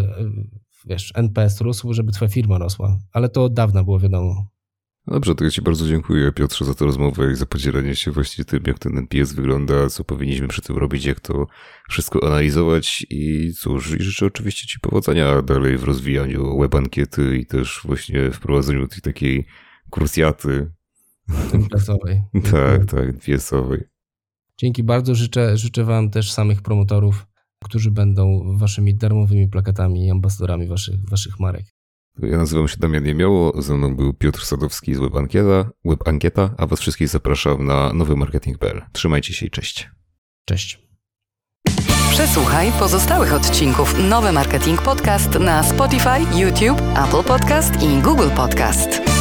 wiesz, N P S rósł, żeby twoja firma rosła, ale to od dawna było wiadomo. Dobrze, to ja ci bardzo dziękuję, Piotrze, za tę rozmowę i za podzielenie się właśnie tym, jak ten N P S wygląda, co powinniśmy przy tym robić, jak to wszystko analizować i cóż, i życzę oczywiście ci powodzenia dalej w rozwijaniu web ankiety i też właśnie wprowadzeniu tej takiej krucjaty. N P S-owej. tak, tak, N P S-owej. Dzięki bardzo, życzę, życzę wam też samych promotorów, którzy będą waszymi darmowymi plakatami i ambasadorami waszych, waszych marek. Ja nazywam się Damian Jemioło, ze mną był Piotr Sadowski z Web Ankieta, Web Ankieta, a was wszystkich zapraszam na nowy marketing kropka p l. Trzymajcie się i cześć. Cześć. Przesłuchaj pozostałych odcinków Nowy Marketing Podcast na Spotify, YouTube, Apple Podcast i Google Podcast.